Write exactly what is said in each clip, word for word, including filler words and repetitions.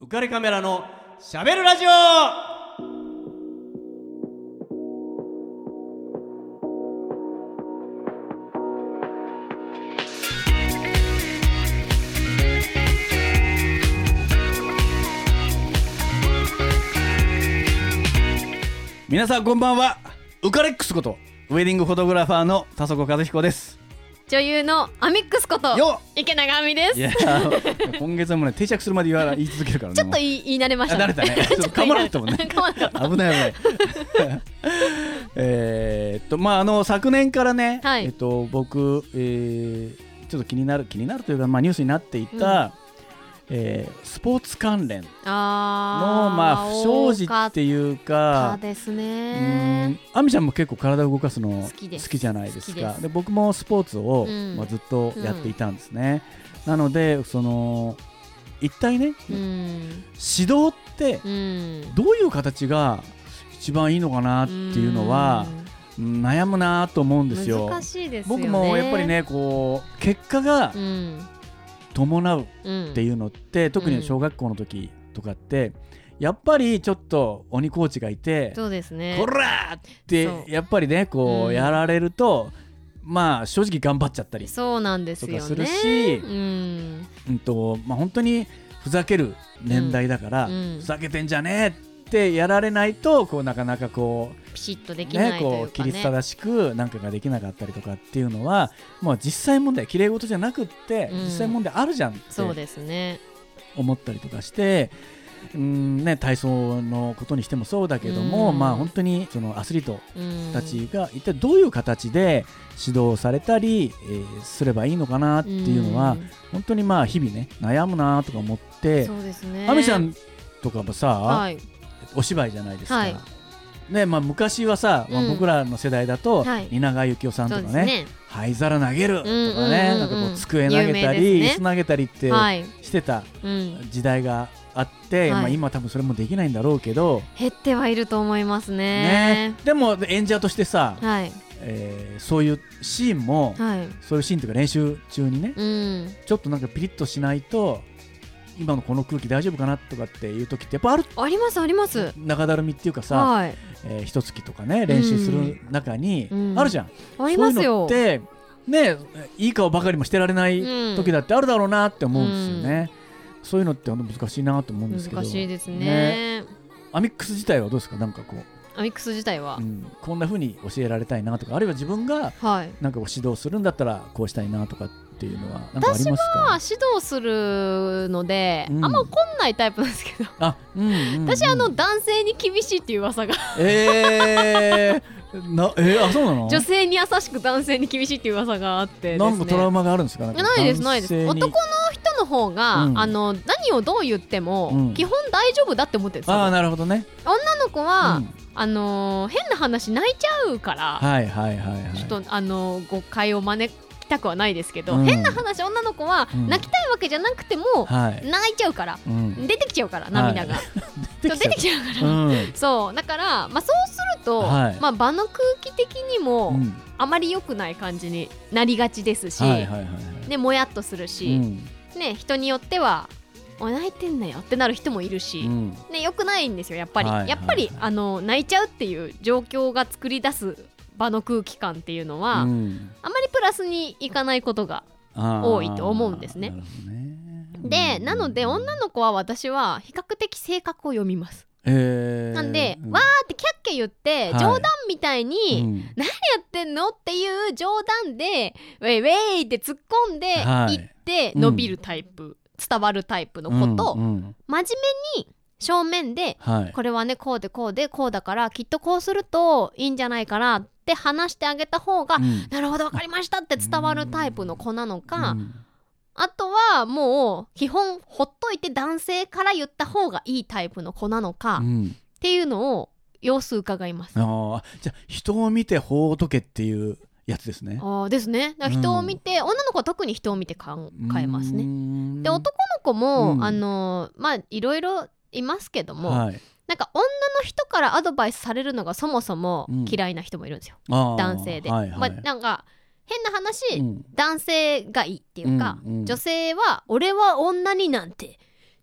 浮かれカメラのしゃべるラジオ。皆さんこんばんは。ウカレックスことウェディングフォトグラファーの田底和彦です。 女優のアミックスこと池永亜美です。 いや今月はもうね定着するまで言わ言い続けるからね。 ちょっと言い言い慣れましたね。 慣れたね。ちょっと噛まなかったもんね。 噛まなかった。 危ない危ない。えーっとまああの昨年からね、はい、えっと僕、えー、ちょっと気になる気になるというかまあニュースになっていた、うんえー、スポーツ関連のまあ不祥事っていうかですね。 あみちゃんも結構体を動かすの好きです。好きじゃないですか。で僕もスポーツを、うんまあ、ずっとやっていたんですね、うん、なのでその一体ね、うん、指導ってどういう形が一番いいのかなっていうのは、うん、悩むなと思うんですよ。 難しいですよね。 僕もやっぱりねこう結果が、うん伴うっていうのって、うん、特に小学校の時とかって、うん、やっぱりちょっと鬼コーチがいてそうですねこらーってやっぱりねこうやられると、うん、まあ正直頑張っちゃったりそうなんですよねとかするし、うんうんとまあ、本当にふざける年代だから、うん、ふざけてんじゃねえってやられないとこうなかなかこうピシッとできないというかね、 こう規律正しく何かができなかったりとかっていうのはもう実際問題綺麗事じゃなくって、うん、実際問題あるじゃんってそうですね思ったりとかしてうんね、体操のことにしてもそうだけども、うんまあ、本当にそのアスリートたちが一体どういう形で指導されたり、えー、すればいいのかなっていうのは、うん、本当にまあ日々ね悩むなとか思ってそうですね。 亜美ちゃんとかもさ、はい、お芝居じゃないですか、はいねまあ、昔はさ、うんまあ、僕らの世代だと、はい、蜷川幸雄さんとか ね, ね灰皿投げるとかね、うんうんうんうん、なんかこう机投げたり、ね、椅子投げたりってしてた時代があって、はいまあ、今多分それもできないんだろうけど減ってはいると思います ね, ねでも演者としてさ、はいえー、そういうシーンも、はい、そういうシーンというか練習中にね、うん、ちょっとなんかピリッとしないと今のこの空気大丈夫かなとかっていう時ってやっぱあるありますあります中だるみっていうかさ、はいえー、一月とかね練習する中にあるじゃん、 うん、ありますよ。 そういうのってねいい顔ばかりもしてられない時だってあるだろうなって思うんですよね、うん、そういうのって難しいなと思うんですけど難しいですね。ねアミックス自体はどうですか。なんかこうアミックス自体は、 うん、こんな風に教えられたいなとかあるいは自分がなんかこう指導するんだったらこうしたいなとかっていうのはなんかありますか。 私は指導するので、うん、あんま怒んないタイプなんですけどあ、うんうんうん、私あの男性に厳しいっていう噂がえーなえー、あそうなの。 女性に優しく男性に厳しいっていう噂があってですね。 なんかトラウマがあるんですか。なんかないですないです。男の人の方が、うん、あの何をどう言っても、うん、基本大丈夫だって思ってるんですよ。 あなるほどね。 女の子は、うんあのー、変な話泣いちゃうから、 はいはいはいはい、 ちょっと、あのー、誤解を招きたくはないですけど、うん、変な話女の子は泣きたいわけじゃなくても、うん、泣いちゃうから、うん、出てきちゃうから涙が、はい、出てきちゃうから、うん、そうだから、まあ、そうすると、はいまあ、場の空気的にも、うん、あまり良くない感じになりがちですし、はいはいはいはい、でもやっとするし、うんね、人によってはお泣いてんなよってなる人もいるし、うんね、よくないんですよやっぱり、はいはいはい、やっぱりあの泣いちゃうっていう状況が作り出す場の空気感っていうのは、うん、あまりプラスにいかないことが多いと思うんですね。なるほどね。でなので女の子は私は比較的性格を読みます。えー、なんで、うん、わーってキャッキャ言って、はい、冗談みたいに、うん、何やってんのっていう冗談でウェイウェイって突っ込んでいって伸びるタイプ、うん伝わるタイプの子と、うんうん、真面目に正面で、はい、これはねこうでこうでこうだからきっとこうするといいんじゃないかなって話してあげた方が、うん、なるほど分かりましたって伝わるタイプの子なのか、うん、あとはもう基本ほっといて男性から言った方がいいタイプの子なのか、うん、っていうのを様子伺います。 あじゃあ人を見て法を解けっていうやつですね。 あですね。だから人を見て、うん、女の子は特に人を見て考えますね。で男の子も、うん、あのまあいろいろいますけども、はい、なんか女の人からアドバイスされるのがそもそも嫌いな人もいるんですよ、うん、男性で、はいはいまあ、なんか変な話、うん、男性がいいっていうか、うんうん、女性は俺は女になんて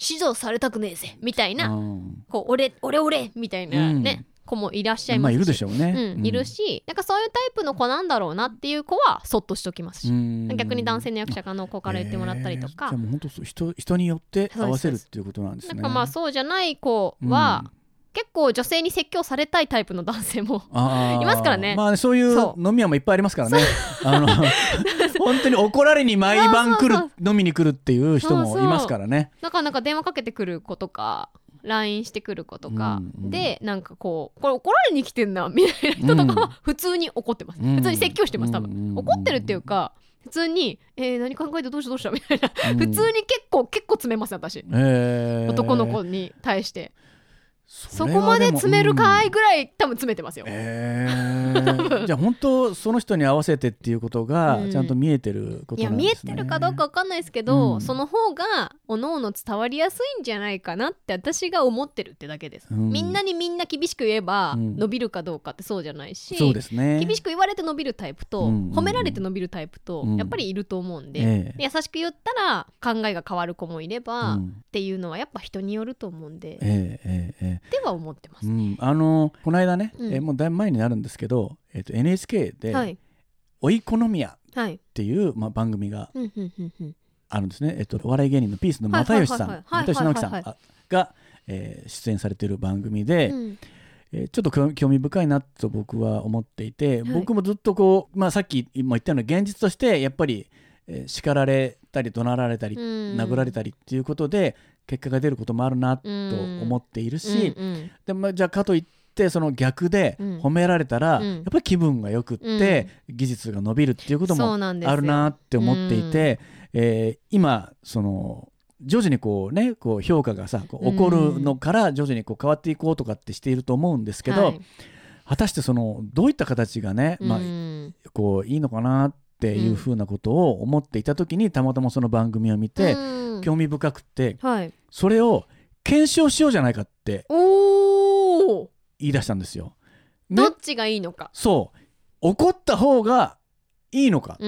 指導されたくねえぜみたいな、うん、こう俺俺俺みたいなね、うん子もいらっしゃいますし、まあ、いるでしょうね、うんうん、いるし、なんかそういうタイプの子なんだろうなっていう子はそっとしときますし、逆に男性の役者の子から言ってもらったりとか、 えー、じゃあもう本当 人, 人によって合わせるっていうことなんですね。 なんかまあそうじゃない子は、うん、結構女性に説教されたいタイプの男性もいますからね。 まあね、そういう飲み屋もいっぱいありますからね。あの本当に怒られに毎晩来る飲みに来るっていう人もいますからね。 なかなか電話かけてくる子とかライン してくる子とか、うんうん、でなんかこうこれ怒られに来てんなみたいな人とかは普通に怒ってます、うん、普通に説教してます多分、うんうん、怒ってるっていうか普通に、えー、何考えてどうしたどうしたみたいな、うん、普通に結構結構詰めます私、えー、男の子に対してそこまで詰めるかいぐらい、うん、多分詰めてますよ、 えー、じゃあ本当その人に合わせてっていうことがちゃんと見えてることなんですね、うん、いや見えてるかどうか分かんないですけど、うん、その方がおのおの伝わりやすいんじゃないかなって私が思ってるってだけです、うん、みんなにみんな厳しく言えば伸びるかどうかってそうじゃないし、うん、そうですね、厳しく言われて伸びるタイプと、うん、褒められて伸びるタイプと、うん、やっぱりいると思うんで、えー、優しく言ったら考えが変わる子もいれば、うん、っていうのはやっぱ人によると思うんで、えーえーえー、では思ってます、ね、うん、あのこの間ね、うん、えー、もうだいぶ前になるんですけど、えー、と エヌエイチケー で、はい、おいこのみやっていう、はい、まあ、番組があるんですね、えー、とお笑い芸人のピースの又吉さん、又吉直樹さんが、えー、出演されている番組で、うん、えー、ちょっと興味深いなと僕は思っていて、はい、僕もずっとこう、まあ、さっきも言ったような現実としてやっぱり、えー、叱られたり怒鳴られたり、うん、殴られたりっていうことで結果が出ることもあるなと思っているし、うんうん、でもじゃあかといってその逆で褒められたら、うん、やっぱり気分がよくって、うん、技術が伸びるっていうこともあるなって思っていて、うん、えー、今その徐々にこうねこう評価がさこう起こるのから徐々にこう変わっていこうとかってしていると思うんですけど、はい、果たしてそのどういった形がね、まあ、こういいのかなっていうふうなことを思っていた時にたまたまその番組を見て、うん、興味深くて、はい、それを検証しようじゃないかって言い出したんですよ、ね、 どっちがいいのか、 そう怒った方がいいのか、うん、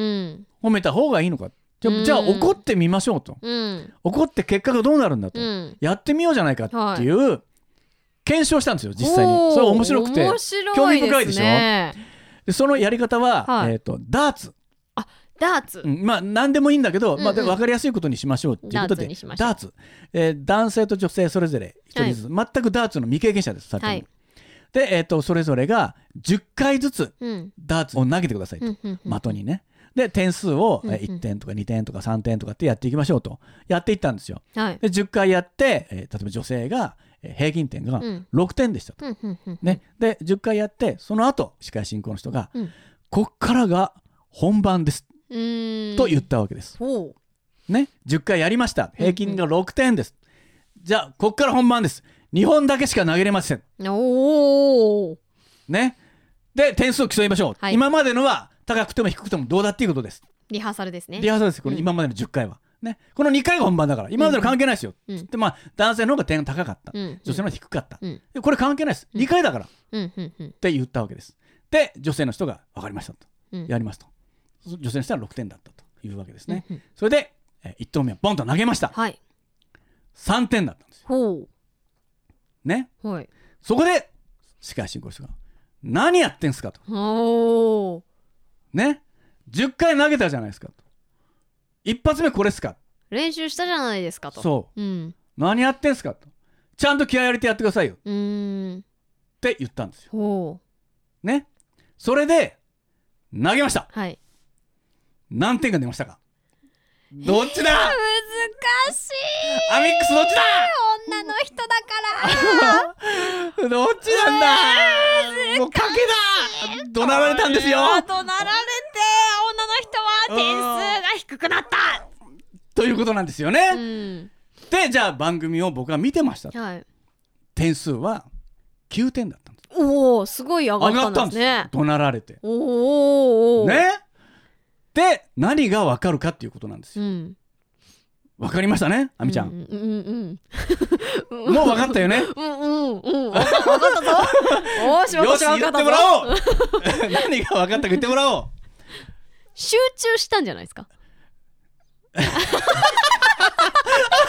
褒めた方がいいのか、じゃ、うん、じゃあ怒ってみましょうと、うん、怒って結果がどうなるんだと、うん、やってみようじゃないかっていう、はい、検証したんですよ実際に。それ面白くて面白いですね、興味深いでしょ。でそのやり方は、はい、えーと、ダーツ、 あダーツ、うん、 まあ何でもいいんだけど、うんうん、まあ、で分かりやすいことにしましょうっていうことでダーツ、ダーツ、えー、男性と女性それぞれ一人ずつ、はい、全くダーツの未経験者です、はい、で、えーと、それぞれがじゅっかいずつダーツを投げてくださいと、うん、的にね。で点数をいってんとかにてんとかさんてんとかってやっていきましょうとやっていったんですよ、はい、でじゅっかいやって、えー、例えば女性が平均点がろくてんでしたと、うんね、でじゅっかいやってその後司会進行の人が、うん、こっからが本番ですと言ったわけです、ね、じゅっかいやりました、平均がろくてんです、うんうん、じゃあこっから本番です、にほんだけしか投げれません、おー、ね、で点数を競いましょう、はい、今までのは高くても低くてもどうだっていうことです。 リハーサルですね。 リハーサルです。この今までのじゅっかいは、うん、ね、このにかいが本番だから今までの関係ないですよ、うん、でまあ男性の方が点が高かった、うん、女性の方が低かった、うん、これ関係ないです、うん、にかいだから、うん、って言ったわけです。で女性の人が分かりましたと、うん、やりますと、女性の人はろくてんだったというわけですね、うん、それでいち投目はボンと投げました、はい、さんてんだったんですよ、ほうね、はい、そこで司会進行の人が何やってんすかと、おーね、じゅっかい投げたじゃないですかと、一発目これっすか、 練習したじゃないですかと、 そう、うん、何やってんすかと、ちゃんと気合い入れてやってくださいよ、うーんって言ったんですよ、ほうね、それで投げました、はい、何点が出ましたか、どっちだ、えー、 難しい、 アミックスどっちだ、 女の人だからどっちなんだ、えー、もう賭けだ、怒鳴られたんですよ、 怒鳴られて女の人は点数が低くなったということなんですよね、うん、でじゃあ番組を僕は見てました、はい、点数はきゅうてんだったんです。 おお、すごい上がったんですね。上がったんです、 怒鳴られて、おおね、で何が分かるかっていうことなんですよ、うん、分かりましたね、あみちゃん、うんうんうん、もう分かったよね、うんうんうん、分かったぞおし、よし言ってもらおう何が分かったか言ってもらおう集中したんじゃないですか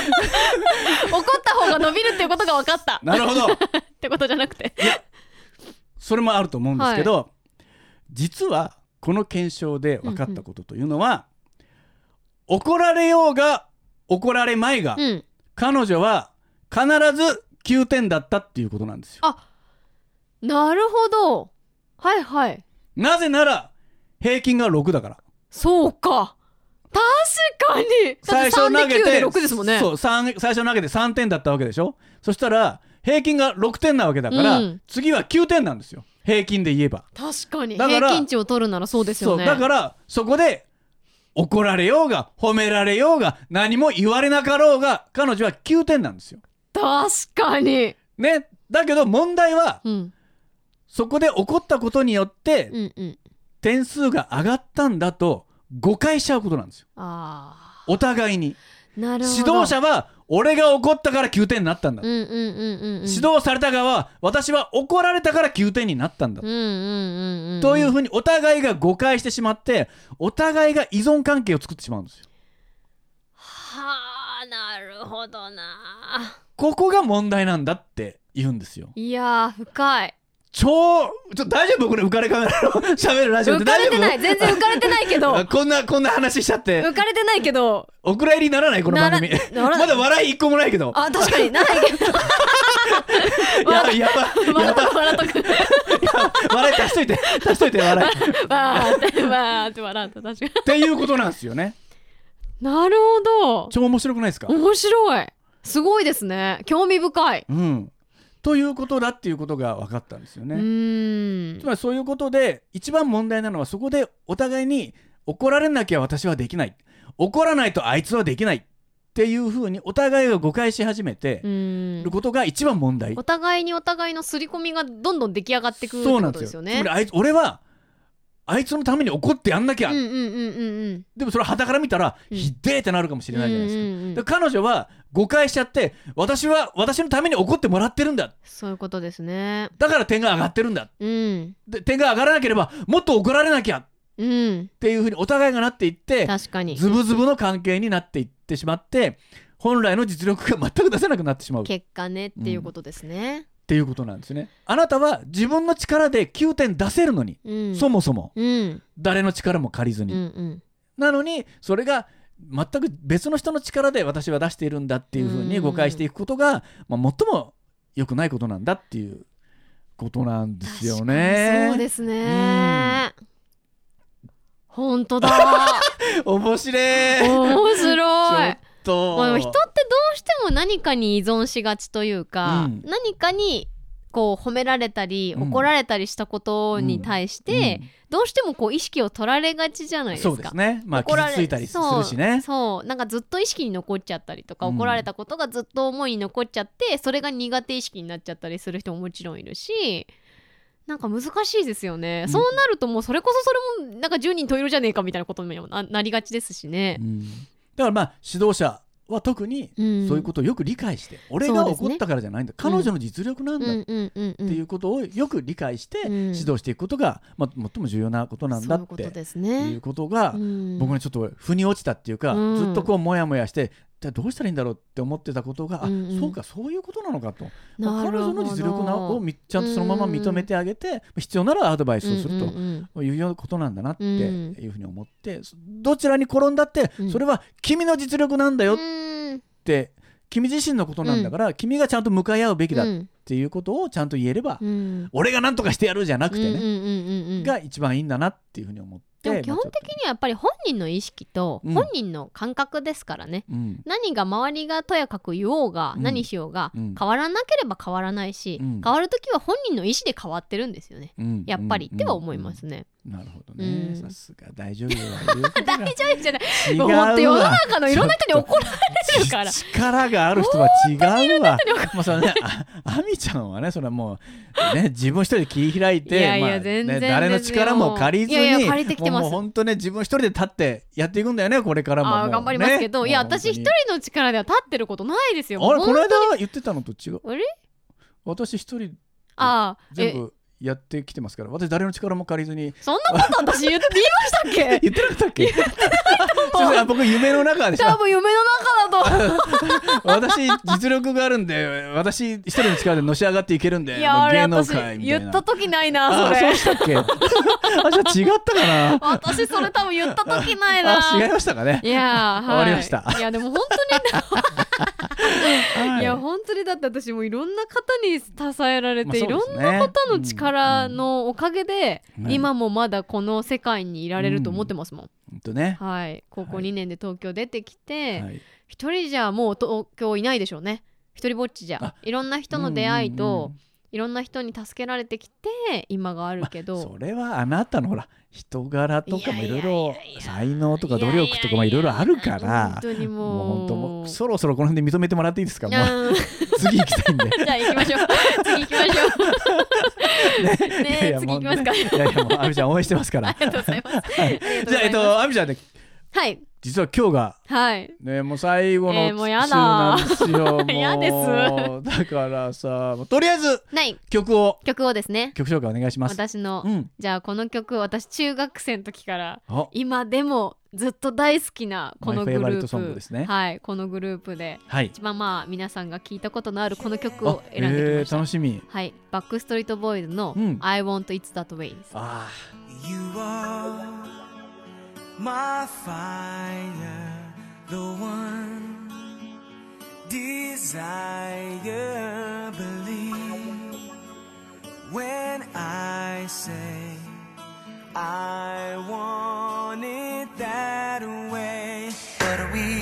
った方が伸びるっていうことが分かった。 なるほどってことじゃなくて、 いやそれもあると思うんですけど、はい、実はこの検証で分かったことというのは、うんうん、怒られようが怒られまいが、うん、彼女は必ずきゅうてんだったっていうことなんですよ。 あ、なるほど。はいはい。 なぜなら平均がろくだから。 そうか、確かに。 最初投げてろくですもんね。 そう、最初投げてさんてんだったわけでしょ。そしたら平均がろくてんなわけだから、うん、次はきゅうてんなんですよ、平均で言えば。 確かに、だから平均値を取るならそうですよね。 そうだからそこで怒られようが褒められようが何も言われなかろうが彼女はきゅうてんなんですよ。 確かにね。だけど問題は、うん、そこで起こったことによって、うんうん、点数が上がったんだと誤解しちゃうことなんですよ。あ、お互いに。なるほど。指導者は俺が怒ったからきゅうてんになったんだ、うんうんうんうん、指導された側は私は怒られたからきゅうてんになったんだ、うんうんうんうん、というふうにお互いが誤解してしまってお互いが依存関係を作ってしまうんですよ。 はあ、なるほどな。 ここが問題なんだって言うんですよ。 いやー深い。 超ちょっと大丈夫これ浮かれカメラの喋るラジオって大丈夫？ 浮かれてない、全然浮かれてないけどこんなこんな話しちゃって浮かれてないけどお蔵入りにならないこの番組まだ笑い一個もないけど。 あ、確かにないけどや, やばやば笑っとく笑い足しといて足しといて笑いわーってわーって笑った。確かにっていうことなんですよね。 なるほど。 超面白くないですか？ 面白い、すごいですね、興味深い、 うんということだっていうことが分かったんですよね。うーん、つまりそういうことで一番問題なのはそこでお互いに怒られなきゃ私はできない、怒らないとあいつはできないっていうふうにお互いが誤解し始めてることが一番問題。 お互いにお互いの刷り込みがどんどん出来上がっていくってことですよね。 そうなんですよ。つまりあいつ俺はあいつのために怒ってやんなきゃ、うんうんうんうん、でもそれは傍から見たら、うん、ひでーってなるかもしれないじゃないですか、うんうんうん、で彼女は誤解しちゃって私は私のために怒ってもらってるんだ、 そういうことですね。 だから点が上がってるんだ、うん、で点が上がらなければもっと怒られなきゃ、うん、っていうふうにお互いがなっていって確かにズブズブの関係になっていってしまって本来の実力が全く出せなくなってしまう結果ねっていうことですね、うんっていうことなんですね。あなたは自分の力できゅうてん出せるのに、うん、そもそも、うん、誰の力も借りずに、うんうん、なのにそれが全く別の人の力で私は出しているんだっていうふうに誤解していくことが、まあ、最も良くないことなんだっていうことなんですよね。 そうですね、うん、本当だ面白い面白いと、 まあ、人ってどうしても何かに依存しがちというか、うん、何かにこう褒められたり、うん、怒られたりしたことに対して、うん、どうしてもこう意識を取られがちじゃないですか。 そうですね、まあ、傷ついたりするしね。 そう、そうなんかずっと意識に残っちゃったりとか、うん、怒られたことがずっと思いに残っちゃってそれが苦手意識になっちゃったりする人ももちろんいるし、なんか難しいですよね、うん、そうなるともうそれこそそれもなんかじゅうにん十色じゃねえかみたいなことにも な, なりがちですしね、うん、 だからまあ指導者は特にそういうことをよく理解して、うん、俺が怒ったからじゃないんだ、ね、彼女の実力なんだっていうことをよく理解して指導していくことが、まあ、最も重要なことなんだっていうことが僕にちょっと腑に落ちたっていうか、うん、ずっとこうモヤモヤしてどうしたらいいんだろうって思ってたことが、うんうん、あ、そうかそういうことなのかと、まあ、彼女の実力をちゃんとそのまま認めてあげて、うんうん、必要ならアドバイスをするというようなことなんだなっていうふうに思って、どちらに転んだってそれは君の実力なんだよって君自身のことなんだから、うん、君がちゃんと向かい合うべきだっていうことをちゃんと言えれば、うん、俺が何とかしてやるじゃなくてね、うんうんうんうん、が一番いいんだなっていうふうに思って、 でも基本的にはやっぱり本人の意識と本人の感覚ですからね、うん、何が周りがとやかく言おうが何しようが、うん、変わらなければ変わらないし、うん、変わるときは本人の意思で変わってるんですよね、うん、やっぱりっては思いますね、 うんうん、なるほどね、さすが大丈夫は大丈夫じゃない、もう本当世の中のいろんな人に怒られるから力がある人は違うわまあそのね、ああみちゃんはねそれはもう、ね、自分一人で切り開いて、いやいや、まあね、誰の力も借りずに、いやいや借りてきてます、もう本当ね自分一人で立ってやっていくんだよねこれからも。もうあ頑張りますけど、ね、いや私一人の力では立ってることないですよ。 あれこの間言ってたのと違う。 あれ私一人あ全部やってきてますから、私誰の力も借りずに。 そんなこと私言って言いましたっけ言ってなかったっけ僕夢の中でしょ。 多分夢の中だと私実力があるんで、私一人の力でのし上がっていけるんで、 いや芸能界みたいな。 言った時ないなそれ。 あ、そうしたっけ。あ、じゃあ違ったかな。 私それ多分言った時ないな。 あ、違いましたかね。 いや、 終わりました。 いやでも本当に、はい、いや本当にだって私もいろんな方に支えられて、まあね、いろんな方の力のおかげで、うんうん、今もまだこの世界にいられると思ってますもん。 本当ね。 はい、高校にねんで東京出てきて、はい、一人じゃもう東京いないでしょうね。一人ぼっちじゃいろんな人の出会いと、うんうんうん、いろんな人に助けられてきて今があるけど、 まあ、それはあなたのほら人柄とかもいろいろ才能とか努力とかもいろいろあるから、 本当にもう、 もう本当もうそろそろこの辺で認めてもらっていいですか。もう次行きたいんでじゃあ行きましょう次行きましょうね, ねえ次行きますか。 いやいやもうアミちゃん応援してますからありがとうございます、はい、 じゃあえっとアミちゃんね、 はい、 実は今日が、 はいね、もう最後の週なんですよ。もうやですだからさ、とりあえずない曲を曲をですね、 曲紹介お願いします。 私の、 うん、 じゃあこの曲、私中学生の時から今でもずっと大好きなこのグループ、 ソングですね。 はい、このグループで、はい、一番まあ皆さんが聞いたことのあるこの曲を選んできました。 楽しみ。 はい、バックストリートボーイズの、うん、I Want It That Way です。 あー You are my fire, the one desire, believe when I say I want it that way. But we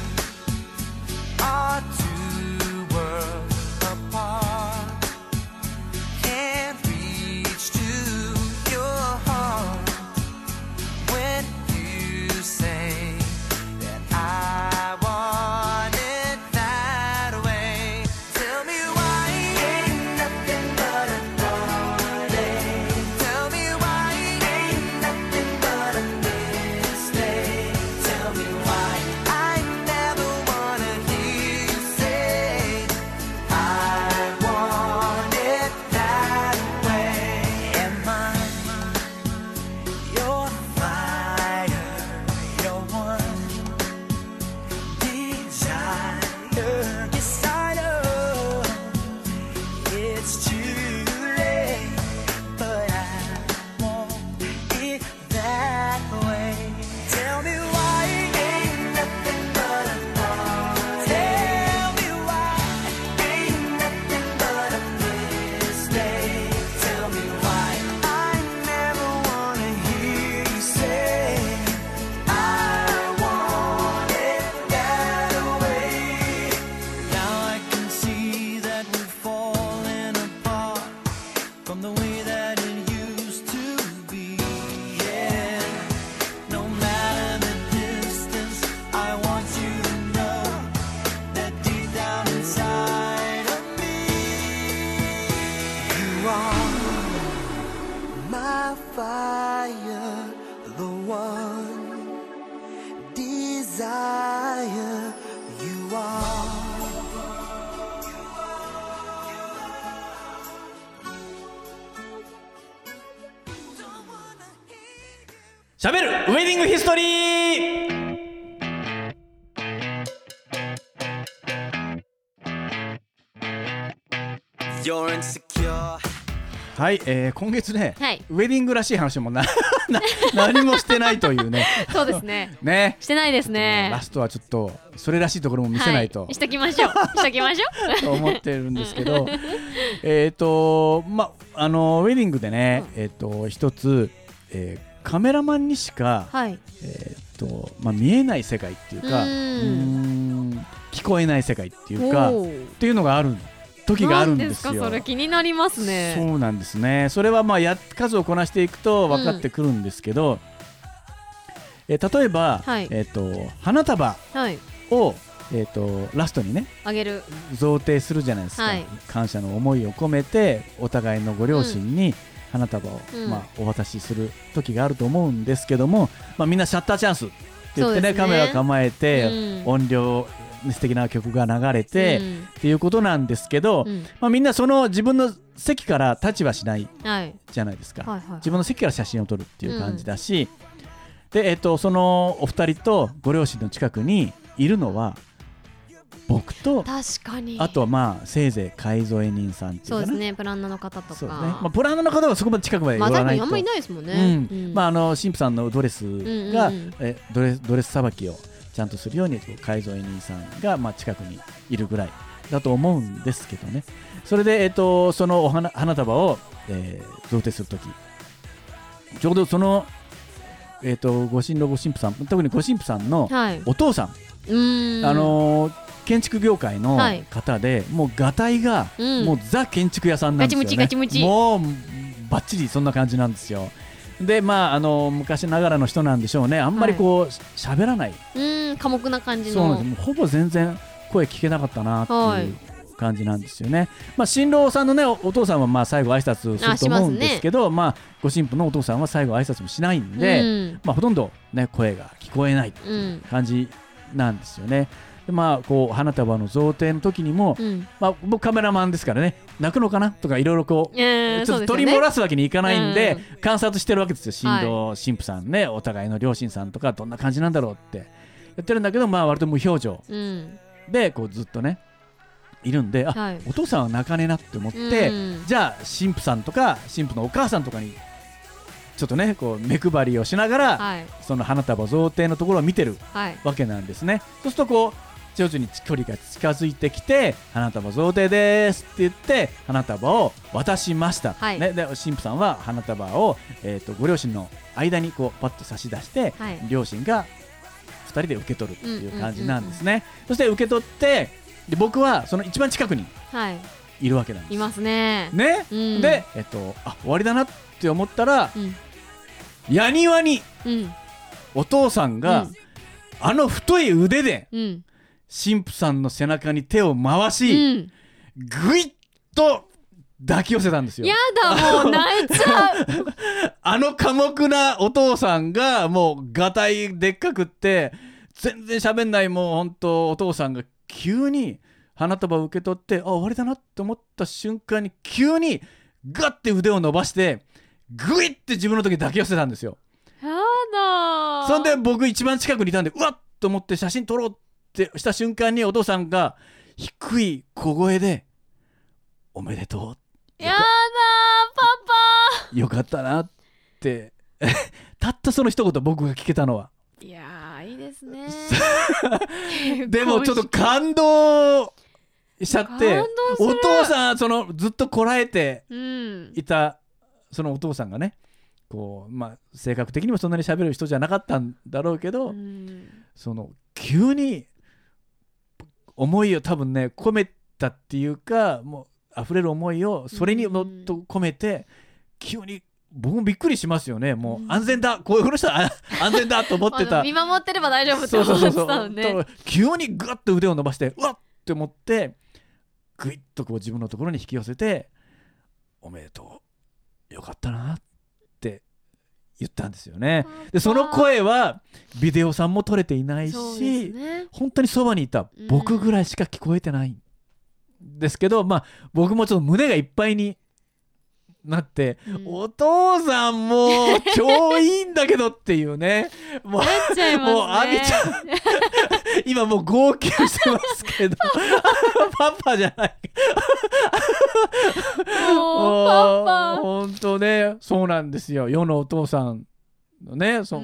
are two worlds apart, can't reach to your heart when you say that I want it that way. Tell me why ain't nothing but a heartache. Tell me why ain't nothing but a mistake. Tell me why I never wanna hear you say I want it that way. Am I your fire, your one desire? Yes, I know it's too late, but I want it that way. Tell me why ain't nothing but a heartache. Tell me why ain't nothing but a mistake. Tell me why I never wanna hear you say I want it that way. Now I can see that we've fallen apart from the way that it used to be. Yeah, no matter the distance, I want you to know that deep down inside of me, you are my fire, the one desire. You are. しゃべるウェディングヒストリー。 You're insecure. はい、えー、今月ね、 はい、 ウェディングらしい話もなな何もしてないというねそうですねね、 してないですね。 ラストはちょっとそれらしいところも見せないと、 はい、しときましょうしときましょうと思ってるんですけどえっとまあのウェディングでね、うん、えっ、と一つ、えーカメラマンにしか、はい、えーとまあ、見えない世界っていうか、うーん聞こえない世界っていうかっていうのがある時があるんですよ。 何ですかそれ、気になりますね。 そうなんですね。それはまあや数をこなしていくと分かってくるんですけど、うんえー、例えば、はいえー、と花束を、はいえー、とラストにねあげる贈呈するじゃないですか、はい、感謝の思いを込めてお互いのご両親に、うん花束を、うんまあ、お渡しする時があると思うんですけども、まあ、みんなシャッターチャンスって言って ね, ねカメラ構えて、うん、音量素敵な曲が流れて、うん、っていうことなんですけど、うんまあ、みんなその自分の席から立ちはしないじゃないですか、はいはいはい、自分の席から写真を撮るっていう感じだし、 で、えっと、そのお二人とご両親の近くにいるのは僕と、 確かに、 あとはまあせいぜい介添え人さんっていうかな、 そうですね、プランナーの方とか、 そうね、まあ、プランナーの方はそこまで近くまで寄らないと、 まあ、あんまりいないですもんね、 うんうん、まあ、あの神父さんのドレスが、うんうんうん、えドレスドレスさばきをちゃんとするように介添え人さんがまあ近くにいるぐらいだと思うんですけどね。それで、えー、とそのお 花, 花束を、えー、贈呈するとき、ちょうどその、えー、とご新郎ご神父さん、特にご神父さんのお父さん、はい、うーん、あのー、建築業界の方で、はい、もうがたいが、うん、もうザ建築屋さんなんですよね。 ガチムチガチムチ、 もうバッチリそんな感じなんですよ。で、まあ、あの昔ながらの人なんでしょうね。あんまりこう喋、はい、らない、 うん、寡黙な感じの、 そうなんです。もうほぼ全然声聞けなかったなっていう感じなんですよね、はい。まあ、新郎さんの、ね、お, お父さんはまあ最後挨拶すると思うんですけど、あ、ね、まあ、ご新婦のお父さんは最後挨拶もしないんで、うん、まあ、ほとんど、ね、声が聞こえないっていう感じなんですよね。で、まあ、こう花束の贈呈の時にも、うん、まあ、僕カメラマンですからね、泣くのかなとかいろいろこう、えー、ちょっと取り漏らすわけにいかないんで、うん、観察してるわけですよ。新郎、はい、新婦さんね、お互いの両親さんとかどんな感じなんだろうってやってるんだけど、まあ、割と無表情、うん、でこうずっとねいるんで、あ、はい、お父さんは泣かねえなって思って、うん、じゃあ新婦さんとか新婦のお母さんとかにちょっとねこう目配りをしながら、はい、その花束贈呈のところを見てるわけなんですね、はい、そうするとこう徐々に距離が近づいてきて、花束贈呈ですって言って花束を渡しました、はい、ね、で新婦さんは花束を、えーと、ご両親の間にこうパッと差し出して、はい、両親がふたりで受け取るっていう感じなんですね、うんうんうんうん、そして受け取ってで僕はその一番近くにいるわけなんです、はい、 いますね、 ね、うん、で、えっと、あ、終わりだなって思ったら、うん、矢庭に、うん、お父さんが、うん、あの太い腕で、うん、神父さんの背中に手を回し、うん、ぐいっと抱き寄せたんですよ。 やだ、もう泣いちゃうあの寡黙なお父さんがもうがたいでっかくって全然喋んない、もう本当お父さんが急に花束を受け取って、あ、終わりだなって思った瞬間に急にガッて腕を伸ばしてグイッて自分の時抱き寄せたんですよ。 やだ。 そんで僕一番近くにいたんで、うわっと思って写真撮ろうってした瞬間にお父さんが低い小声でおめでとう、 やだパパ、 よかったなってたったその一言僕が聞けたのは、 いやーいいですねでもちょっと感動しちゃって、お父さんそのずっとこらえていた、うん、そのお父さんがねこう、まあ、性格的にもそんなに喋る人じゃなかったんだろうけど、うん、その急に思いを多分ね込めたっていうか、もう溢れる思いをそれにもっと込めて、うん、急に僕もびっくりしますよね。もう安全だ、こういう人は安全だと思ってた見守ってれば大丈夫って思ってたのね。そうそうそう、 急にグッと腕を伸ばしてうわっって思ってグイッとこう自分のところに引き寄せて、おめでとう、よかったなって言ったんですよね。でその声はビデオさんも撮れていないし、ね、本当にそばにいた僕ぐらいしか聞こえてないんですけど、うん、まあ僕もちょっと胸がいっぱいになって、うん、お父さんも超いいんだけどっていうねもうなっちゃいますね。もうあみちゃん今もう号泣してますけどパパじゃないもうパパ本当ね、そうなんですよ。世のお父さんのね そ,、うん、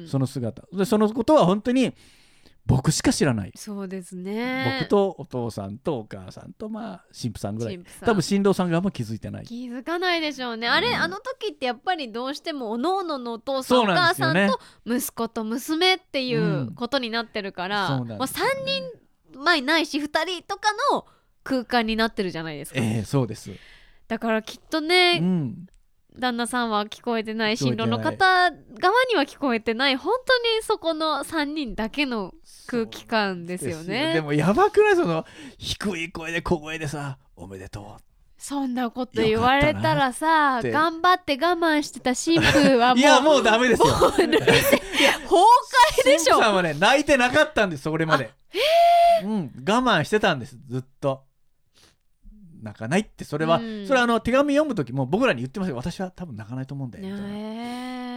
その姿で、そのことは本当に僕しか知らない。 そうですね。 僕とお父さんとお母さんとまあ神父さんぐらい、多分新郎さんがあんま気づいてない。 気づかないでしょうね、うん、あれあの時ってやっぱりどうしてもおのおののお父さん、お母さんと息子と娘っていうことになってるから、うん、まあ、さんにんまあないしふたりとかの空間になってるじゃないですか。 えー、そうです。 だからきっとね、うん、旦那さんは聞こえてない、新郎の方側には聞こえてない、本当にそこのさんにんだけの空気感ですよね。 で, でもやばくない、その低い声で小声でさ、おめでとう、 そんなこと言われたらさ、頑張って我慢してた新婦はもういやもうダメですよ崩壊でしょ。 新婦さんはね泣いてなかったんです、それまで。うん、我慢してたんです、ずっと。泣かないって、それは、うん、それはあの手紙読む時も僕らに言ってますよ。私は多分泣かないと思うんだよみたいな。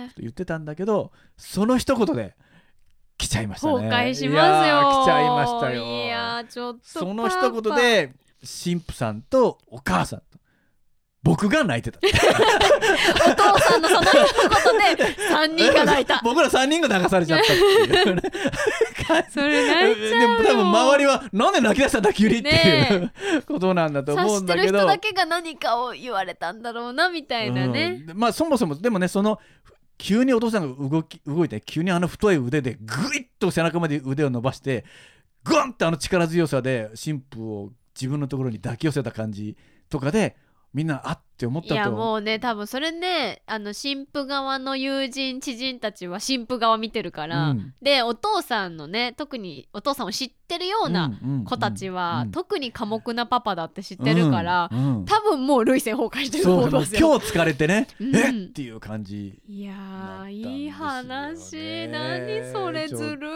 言ってたんだけど、その一言で来ちゃいましたね。 崩壊しますよ。 来ちゃいましたよ。 いやちょっとその一言で神父さんとお母さんと僕が泣いてた。 お父さんのその一言でさんにんが泣いた。 僕らさんにんが流されちゃったっていうね。 それ泣いちゃうよ。 でも多分周りはなんで泣き出したんだ急にっていう、ね、ことなんだと思うんだけど、 察してる人だけが何かを言われたんだろうなみたいなね、 うん、まあそもそもでもね、その急にお父さんが動き動いて急にあの太い腕でグイッと背中まで腕を伸ばしてグンってあの力強さで神父を自分のところに抱き寄せた感じとかでみんなあって思ったと。 いやもうね多分それね、あの新婦側の友人知人たちは新婦側見てるから、うん、でお父さんのね特にお父さんを知ってるような子たちは、うんうんうん、特に寡黙なパパだって知ってるから、うんうん、多分もう涙腺崩壊してると思うんですよ。 今日疲れてね、うん、えっていう感じ。 いやーいい話。何それずる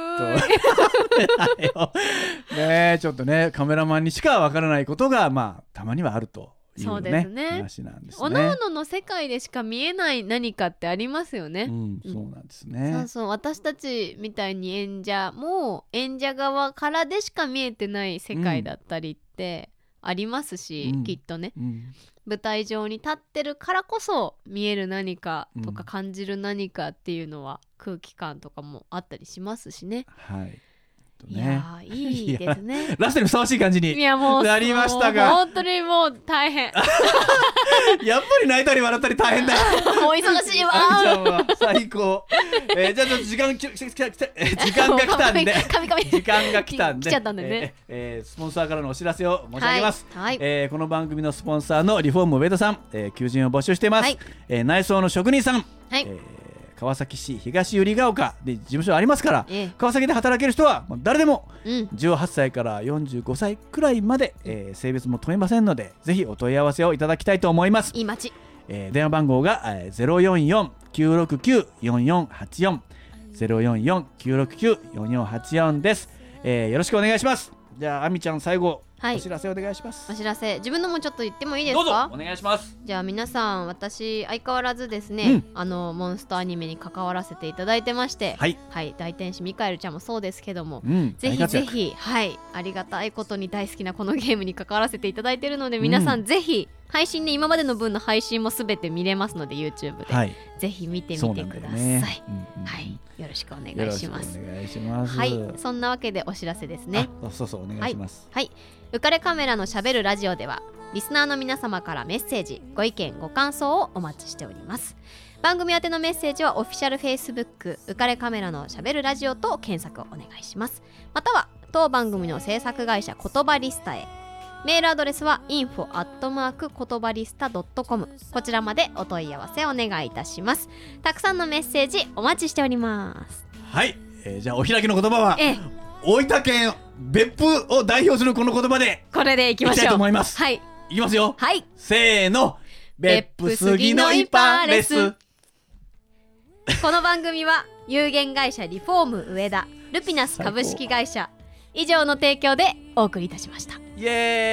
いねえちょっとねカメラマンにしかわからないことがまあたまにはあると。ね、 そうですね。 話なんですね。 おのおのの世界でしか見えない何かってありますよね。 うん、そうなんですね。 そうそう、私たちみたいに演者も演者側からでしか見えてない世界だったりってありますし、うん、きっとね、うん、舞台上に立ってるからこそ見える何かとか感じる何かっていうのは空気感とかもあったりしますしね。 はい。 いやいいですね。 ラストにふさわしい感じになりましたが、 本当にもう大変。やっぱり泣いたり笑ったり大変だよ。 もう忙しいわ。 あんちゃんは最高。えー、じゃあちょっと時間き時間が来たんで、時間が来たんで、 来ちゃったんでね。 えーえー、スポンサーからのお知らせを申し上げます。 はいはい、 えー、この番組のスポンサーのリフォーム上田さん、えー、求人を募集しています。はい、えー、内装の職人さん。はい。えー川崎市東百合ヶ丘で事務所ありますから、ええ、川崎で働ける人は誰でも、うん、じゅうはっさいからよんじゅうごさいくらいまで、えー、性別も問いませんのでぜひお問い合わせをいただきたいと思います。 いい街、 えー、電話番号が、えー、ゼロよんよん きゅうろくきゅう よんよんはちよん ゼロよんよん きゅうろくきゅう よんよんはちよんです、えー、よろしくお願いします。じゃああみちゃん最後、はい、お知らせお願いします。 お知らせ自分のもちょっと言ってもいいですか。 どうぞお願いします。 じゃあ皆さん私相変わらずですね、うん、あのモンストアニメに関わらせていただいてまして、はい、はい、大天使ミカエルちゃんもそうですけども、うん、ぜひぜひ、はい、ありがたいことに大好きなこのゲームに関わらせていただいているので皆さんぜひ、うん配信ね今までの分の配信もすべて見れますので YouTube で、はい、ぜひ見てみてください、ねうんうん、はいよろしくお願いします。 お願いします。 はい、そんなわけでお知らせですね。 あ、そうそうお願いします。 はい、はい、浮かれカメラのしゃべるラジオではリスナーの皆様からメッセージご意見ご感想をお待ちしております。番組宛てのメッセージはオフィシャル Facebook 浮かれカメラのしゃべるラジオと検索をお願いします。または当番組の制作会社言葉リスタへ、メールアドレスは インフォ アットマーク 言葉リスタ ドットコム こちらまでお問い合わせお願いいたします。たくさんのメッセージお待ちしております。 はい、えー、じゃあお開きの言葉は、ええ、大分県別府を代表するこの言葉でこれでいきましょう。 いきたいと思います。 はい、 いきますよ。 はい、 せーの、別府杉のいパレス。 この番組は有限会社リフォーム上田ルピナス株式会社以上の提供でお送りいたしました。 イ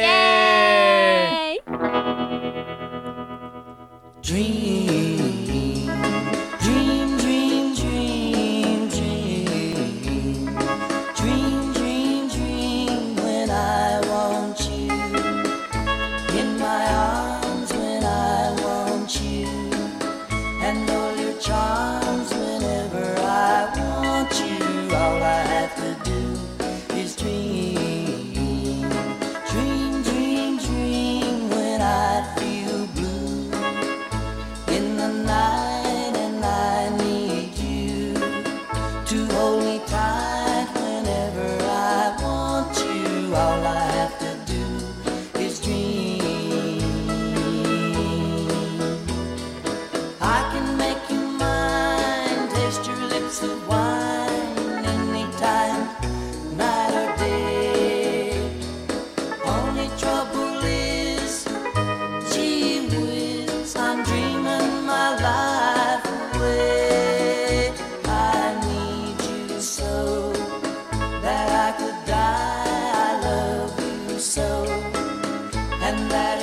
エーイ。Dream, dream, dream, dream, dream, dream, dream, dream when I want you in my arms when I want you and all your charms whenever I want you. All I have to do is dream, dream, dream, dream when I feel blue in the night and I need you to hold me tight whenever I want you. All I have to do is dream. I can make you mine, taste your lips of wine anytime, night or day. Only trouble is, gee whiz, I'm dreaming my life away. I need you so that I could die. I love you so, and that